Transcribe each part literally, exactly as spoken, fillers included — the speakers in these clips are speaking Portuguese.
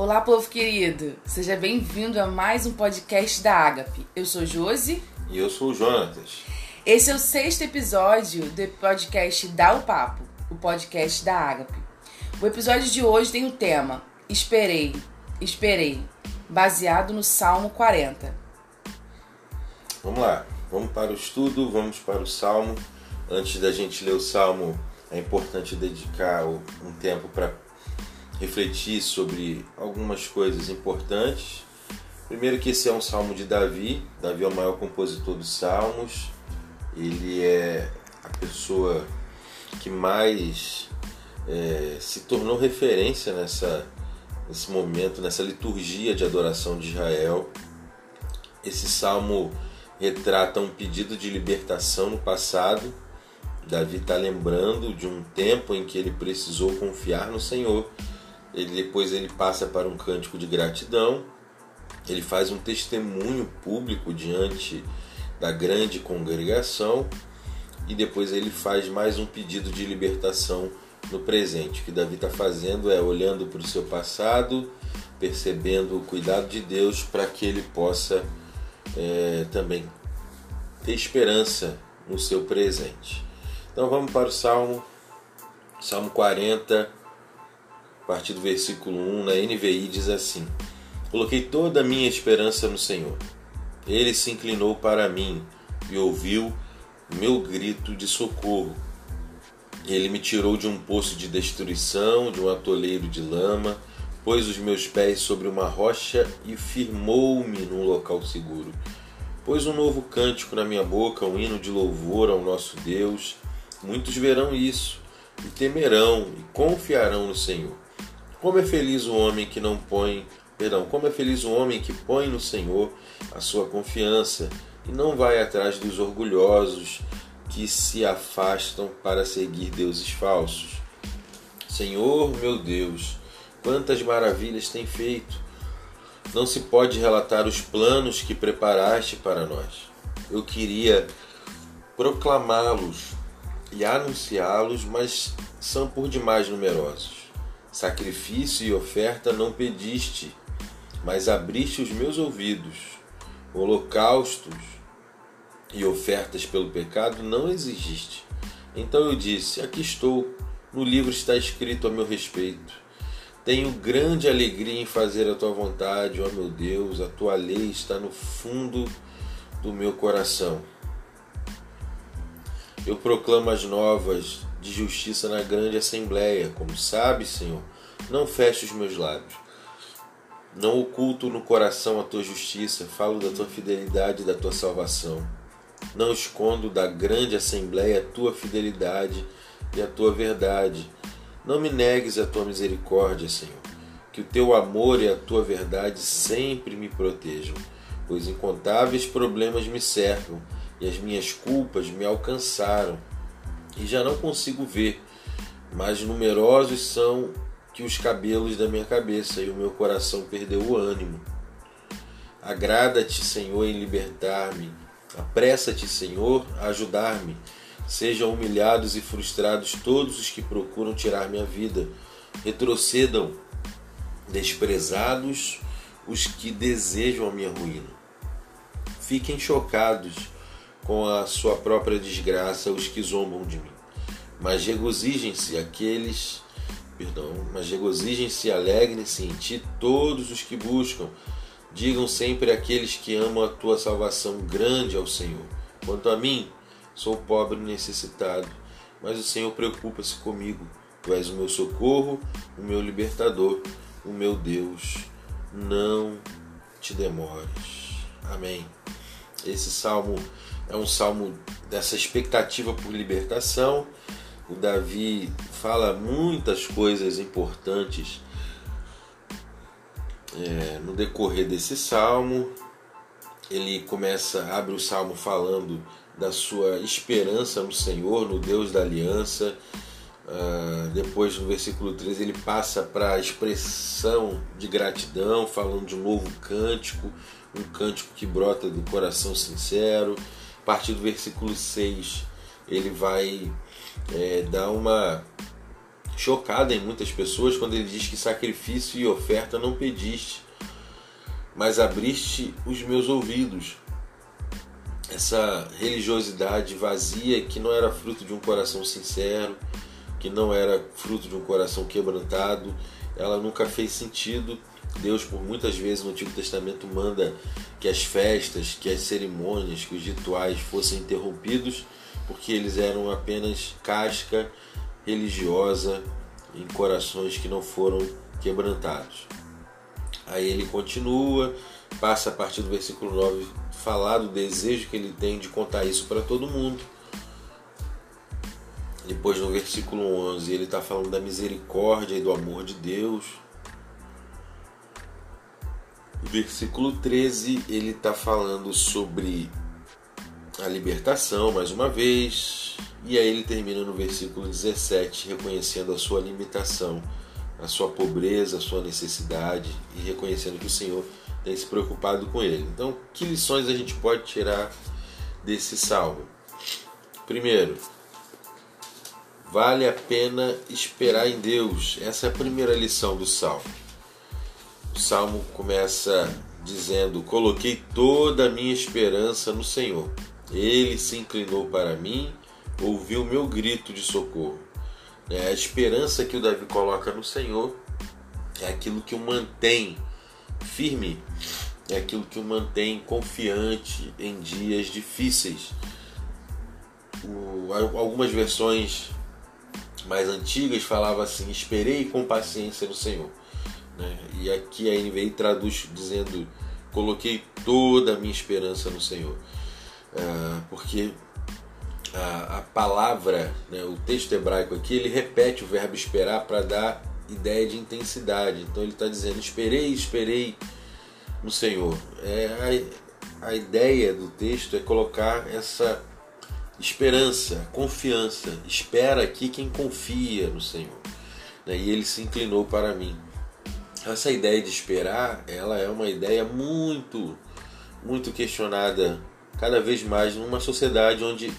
Olá, povo querido! Seja bem-vindo a mais um podcast da Ágape. Eu sou Josi. E eu sou o Jonatas. Esse é o sexto episódio do podcast Dá o Papo, o podcast da Ágape. O episódio de hoje tem o tema Esperei, Esperei, baseado no Salmo quarenta. Vamos lá, vamos para o estudo, vamos para o Salmo. Antes da gente ler o Salmo, é importante dedicar um tempo para refletir sobre algumas coisas importantes. Primeiro que esse é um Salmo de Davi. Davi é o maior compositor dos Salmos. Ele é a pessoa que mais é, se tornou referência nessa, nesse momento, nessa liturgia de adoração de Israel. Esse Salmo retrata um pedido de libertação no passado. Davi está lembrando de um tempo em que ele precisou confiar no Senhor. Ele, depois ele passa para um cântico de gratidão. Ele faz um testemunho público diante da grande congregação. E depois ele faz mais um pedido de libertação no presente. O que Davi está fazendo é olhando para o seu passado, percebendo o cuidado de Deus para que ele possa é, também ter esperança no seu presente. Então vamos para o Salmo, Salmo quarenta, a partir do versículo um, na N V I diz assim: Coloquei toda a minha esperança no Senhor. Ele se inclinou para mim e ouviu o meu grito de socorro. Ele me tirou de um poço de destruição, de um atoleiro de lama, pôs os meus pés sobre uma rocha e firmou-me num local seguro. Pôs um novo cântico na minha boca, um hino de louvor ao nosso Deus. Muitos verão isso e temerão e confiarão no Senhor. Como é feliz o homem que não põe, perdão, como é feliz o homem que põe no Senhor a sua confiança e não vai atrás dos orgulhosos que se afastam para seguir deuses falsos. Senhor, meu Deus, quantas maravilhas tem feito! Não se pode relatar os planos que preparaste para nós. Eu queria proclamá-los e anunciá-los, mas são por demais numerosos. Sacrifício e oferta não pediste, mas abriste os meus ouvidos. Holocaustos e ofertas pelo pecado não exigiste. Então eu disse: aqui estou, no livro está escrito a meu respeito. Tenho grande alegria em fazer a tua vontade, ó meu Deus, a tua lei está no fundo do meu coração. Eu proclamo as novas de justiça na grande assembleia. Como sabes, Senhor, não fecho os meus lábios. Não oculto no coração a tua justiça, falo da tua fidelidade e da tua salvação. Não escondo da grande assembleia a tua fidelidade e a tua verdade. Não me negues a tua misericórdia, Senhor. Que o teu amor e a tua verdade sempre me protejam, pois incontáveis problemas me cercam e as minhas culpas me alcançaram. E já não consigo ver, mas numerosos são que os cabelos da minha cabeça, e o meu coração perdeu o ânimo. Agrada-te, Senhor, em libertar-me. Apressa-te, Senhor, a ajudar-me. Sejam humilhados e frustrados todos os que procuram tirar minha vida. Retrocedam, desprezados, os que desejam a minha ruína. Fiquem chocados com a sua própria desgraça os que zombam de mim. Mas regozijem-se aqueles, perdão, mas regozijem-se e alegrem-se em ti todos os que buscam. Digam sempre àqueles que amam a tua salvação, grande ao Senhor. Quanto a mim, sou pobre e necessitado, mas o Senhor preocupa-se comigo. Tu és o meu socorro, o meu libertador, o meu Deus. Não te demores. Amém. Esse salmo é um salmo dessa expectativa por libertação. O Davi fala muitas coisas importantes é, no decorrer desse salmo. Ele começa, abre o salmo falando da sua esperança no Senhor, no Deus da aliança. Uh, depois, no versículo treze, ele passa para a expressão de gratidão, falando de um novo cântico, um cântico que brota do coração sincero. A partir do versículo seis, ele vai é, dar uma chocada em muitas pessoas quando ele diz que sacrifício e oferta não pediste, mas abriste os meus ouvidos. Essa religiosidade vazia que não era fruto de um coração sincero, que não era fruto de um coração quebrantado, ela nunca fez sentido. Deus, por muitas vezes no Antigo Testamento, manda que as festas, que as cerimônias, que os rituais fossem interrompidos, porque eles eram apenas casca religiosa em corações que não foram quebrantados. Aí ele continua, passa a partir do versículo nove, falar do desejo que ele tem de contar isso para todo mundo. Depois no versículo onze ele está falando da misericórdia e do amor de Deus. No versículo treze ele está falando sobre a libertação mais uma vez. E aí ele termina no versículo dezessete reconhecendo a sua limitação, a sua pobreza, a sua necessidade e reconhecendo que o Senhor tem se preocupado com ele. Então, que lições a gente pode tirar desse salmo? Primeiro, vale a pena esperar em Deus. Essa é a primeira lição do salmo. O salmo começa dizendo: coloquei toda a minha esperança no Senhor. Ele se inclinou para mim, ouviu o meu grito de socorro. A esperança que o Davi coloca no Senhor é aquilo que o mantém firme, é aquilo que o mantém confiante em dias difíceis. O, algumas versões mais antigas falavam assim: esperei com paciência no Senhor, né? E aqui a N V I traduz dizendo: coloquei toda a minha esperança no Senhor, ah, porque a, a palavra, né, o texto hebraico aqui, ele repete o verbo esperar para dar ideia de intensidade. Então ele está dizendo: esperei, esperei no Senhor. É, a, a ideia do texto é colocar essa esperança, confiança. Espera aqui quem confia no Senhor, né? E ele se inclinou para mim. Essa ideia de esperar, ela é uma ideia muito, muito questionada cada vez mais numa sociedade onde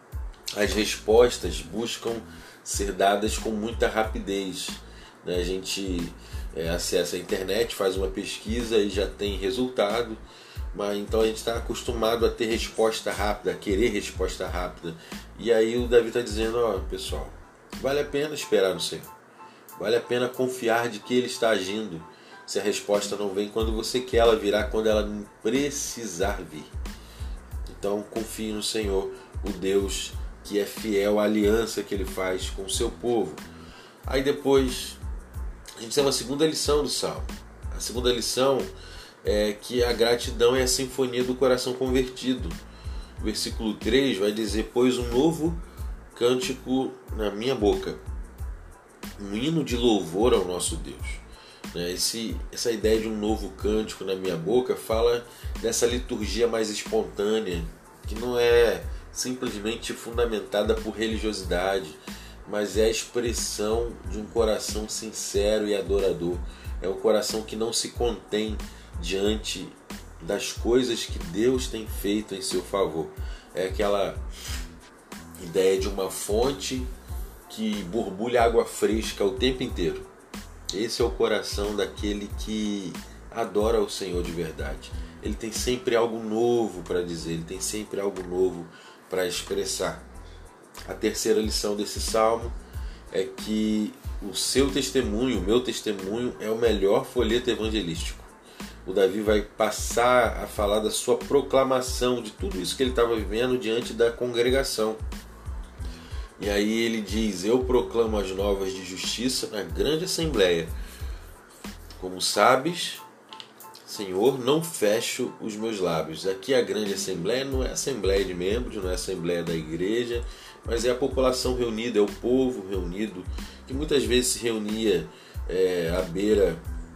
as respostas buscam ser dadas com muita rapidez. A gente é, acessa a internet, faz uma pesquisa e já tem resultado, mas então a gente está acostumado a ter resposta rápida, a querer resposta rápida. E aí o Davi está dizendo: ó, pessoal, vale a pena esperar no Senhor, vale a pena confiar de que Ele está agindo. Se a resposta não vem quando você quer, ela virá quando ela precisar vir. Então confie no Senhor, o Deus que é fiel à aliança que Ele faz com o seu povo. Aí depois a gente tem uma segunda lição do Salmo. A segunda lição é que a gratidão é a sinfonia do coração convertido. O versículo três vai dizer: pôs um novo cântico na minha boca, um hino de louvor ao nosso Deus. Esse, essa ideia de um novo cântico na minha boca fala dessa liturgia mais espontânea, que não é simplesmente fundamentada por religiosidade, mas é a expressão de um coração sincero e adorador. É um coração que não se contém diante das coisas que Deus tem feito em seu favor. É aquela ideia de uma fonte que borbulha água fresca o tempo inteiro. Esse é o coração daquele que adora o Senhor de verdade. Ele tem sempre algo novo para dizer, ele tem sempre algo novo para expressar. A terceira lição desse salmo é que o seu testemunho, o meu testemunho, é o melhor folheto evangelístico. O Davi vai passar a falar da sua proclamação, de tudo isso que ele estava vivendo diante da congregação. E aí ele diz: eu proclamo as novas de justiça na grande assembleia. Como sabes, Senhor, não fecho os meus lábios. Aqui a grande assembleia não é assembleia de membros, não é assembleia da igreja, mas é a população reunida, é o povo reunido, que muitas vezes se reunia é, à beira,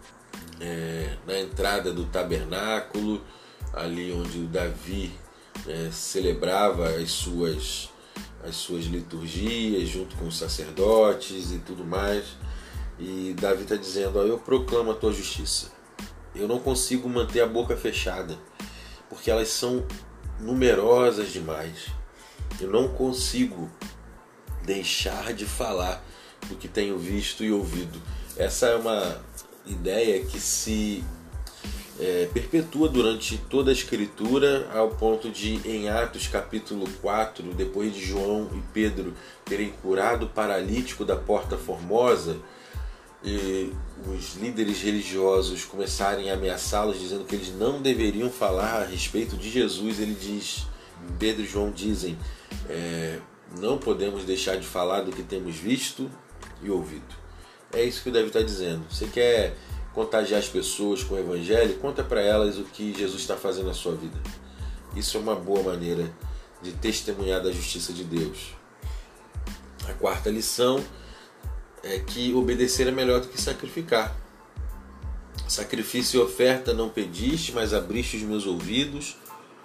é, na entrada do tabernáculo, ali onde o Davi é, celebrava as suas, as suas liturgias, junto com os sacerdotes e tudo mais. E Davi está dizendo: ó, eu proclamo a tua justiça. Eu não consigo manter a boca fechada, porque elas são numerosas demais. Eu não consigo deixar de falar do que tenho visto e ouvido. Essa é uma ideia que se é, perpetua durante toda a Escritura, ao ponto de, em Atos capítulo quatro, depois de João e Pedro terem curado o paralítico da Porta Formosa, e os líderes religiosos começarem a ameaçá-los, dizendo que eles não deveriam falar a respeito de Jesus, ele diz, Pedro e João dizem, é, não podemos deixar de falar do que temos visto e ouvido. É isso que o Davi está dizendo. Você quer contagiar as pessoas com o Evangelho? Conta para elas o que Jesus está fazendo na sua vida. Isso é uma boa maneira de testemunhar da justiça de Deus. A quarta lição é que obedecer é melhor do que sacrificar. Sacrifício e oferta não pediste, mas abriste os meus ouvidos.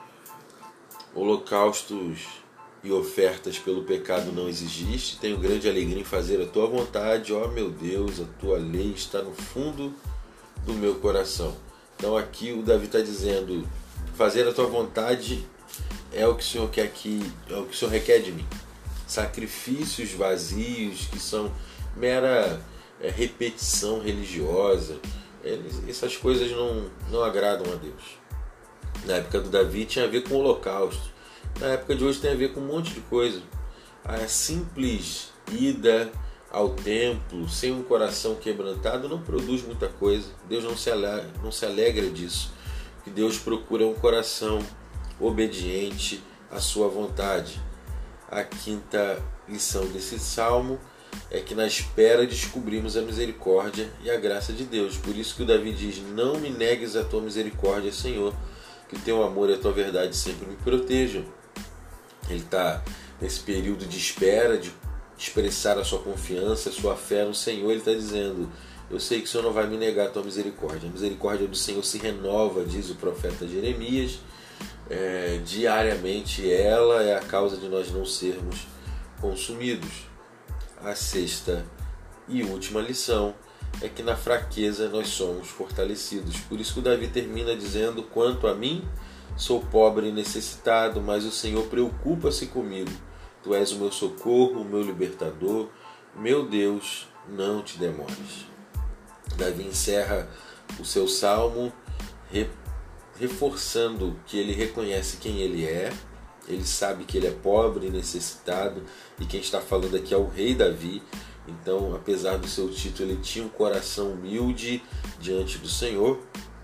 Holocaustos e ofertas pelo pecado não exigiste. Tenho grande alegria em fazer a tua vontade. Ó meu Deus, a tua lei está no fundo do meu coração. Então aqui o Davi está dizendo, fazer a tua vontade é o que o Senhor quer que, é o que o Senhor requer de mim. Sacrifícios vazios que são mera é, repetição religiosa, eles, essas coisas não, não agradam a Deus. Na época do Davi tinha a ver com o holocausto. Na época de hoje tem a ver com um monte de coisa. A simples ida ao templo sem um coração quebrantado não produz muita coisa. Deus não se alegra, não se alegra disso. O que Deus procura é um coração obediente à sua vontade. A quinta lição desse salmo é que na espera descobrimos a misericórdia e a graça de Deus. Por isso que o Davi diz, não me negues a tua misericórdia, Senhor, que o teu amor e a tua verdade sempre me protejam. Ele está nesse período de espera, de expressar a sua confiança, a sua fé no Senhor. Ele está dizendo, eu sei que o Senhor não vai me negar a tua misericórdia. A misericórdia do Senhor se renova, diz o profeta Jeremias, é, diariamente. Ela é a causa de nós não sermos consumidos. A sexta e última lição é que na fraqueza nós somos fortalecidos. Por isso que o Davi termina dizendo, quanto a mim, sou pobre e necessitado, mas o Senhor preocupa-se comigo. Tu és o meu socorro, o meu libertador. Meu Deus, não te demores. Davi encerra o seu salmo re, reforçando que ele reconhece quem ele é. Ele sabe que ele é pobre e necessitado. E quem está falando aqui é o rei Davi. Então, apesar do seu título, ele tinha um coração humilde diante do Senhor.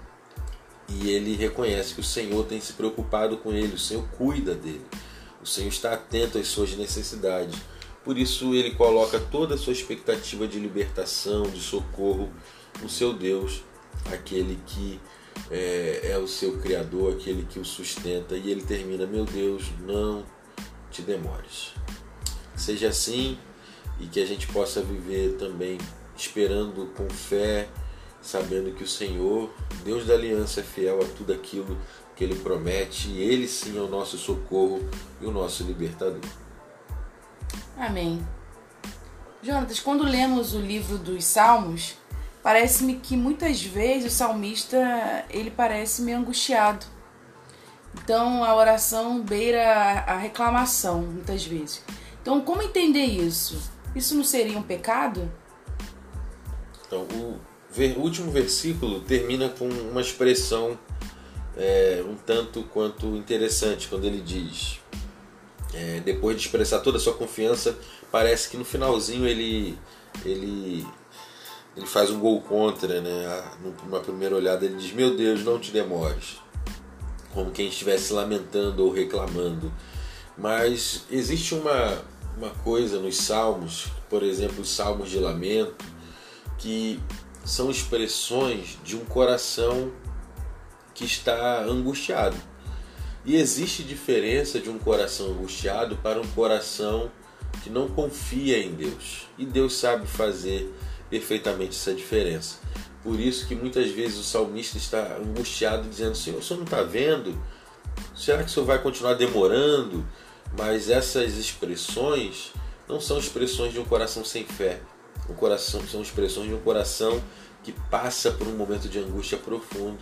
E ele reconhece que o Senhor tem se preocupado com ele, o Senhor cuida dele, o Senhor está atento às suas necessidades. Por isso ele coloca toda a sua expectativa de libertação, de socorro no seu Deus, aquele que é, é o seu Criador, aquele que o sustenta. E ele termina, meu Deus, não te demores. Seja assim e que a gente possa viver também esperando com fé, sabendo que o Senhor, Deus da aliança, é fiel a tudo aquilo que Ele promete, e Ele sim é o nosso socorro e o nosso libertador. Amém. Jonatas, quando lemos o livro dos Salmos, parece-me que muitas vezes o salmista ele parece meio angustiado. Então a oração beira a reclamação, muitas vezes. Então como entender isso? Isso não seria um pecado? Então o O último versículo termina com uma expressão é, um tanto quanto interessante, quando ele diz, é, depois de expressar toda a sua confiança, parece que no finalzinho ele, ele, ele faz um gol contra, né? Numa primeira olhada ele diz, meu Deus, não te demores, como quem estivesse lamentando ou reclamando. Mas existe uma, uma coisa nos salmos, por exemplo, os salmos de lamento, que são expressões de um coração que está angustiado. E existe diferença de um coração angustiado para um coração que não confia em Deus. E Deus sabe fazer perfeitamente essa diferença. Por isso que muitas vezes o salmista está angustiado, dizendo, Senhor, o Senhor não está vendo? Será que o Senhor vai continuar demorando? Mas essas expressões não são expressões de um coração sem fé. O coração são expressões de um coração que passa por um momento de angústia profundo.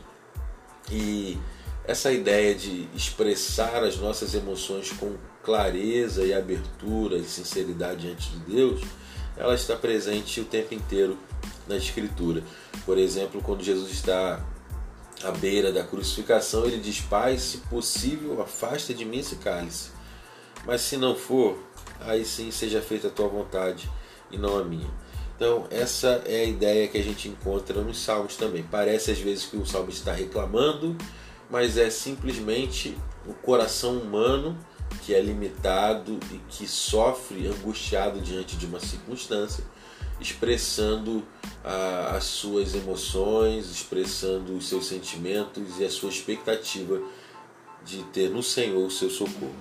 E essa ideia de expressar as nossas emoções com clareza e abertura e sinceridade diante de Deus ela está presente o tempo inteiro na Escritura. Por exemplo, quando Jesus está à beira da crucificação, ele diz: Pai, se possível, afasta de mim esse cálice. Mas se não for, aí sim seja feita a tua vontade e não a minha. Então essa é a ideia que a gente encontra nos Salmos também. Parece às vezes que o salmista está reclamando, mas é simplesmente o coração humano que é limitado e que sofre angustiado diante de uma circunstância, expressando ah, as suas emoções, expressando os seus sentimentos e a sua expectativa de ter no Senhor o seu socorro.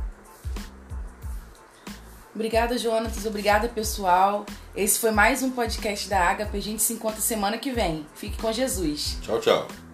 Obrigada, Jonatas. Obrigada, pessoal. Esse foi mais um podcast da Ágape. A gente se encontra semana que vem. Fique com Jesus. Tchau, tchau.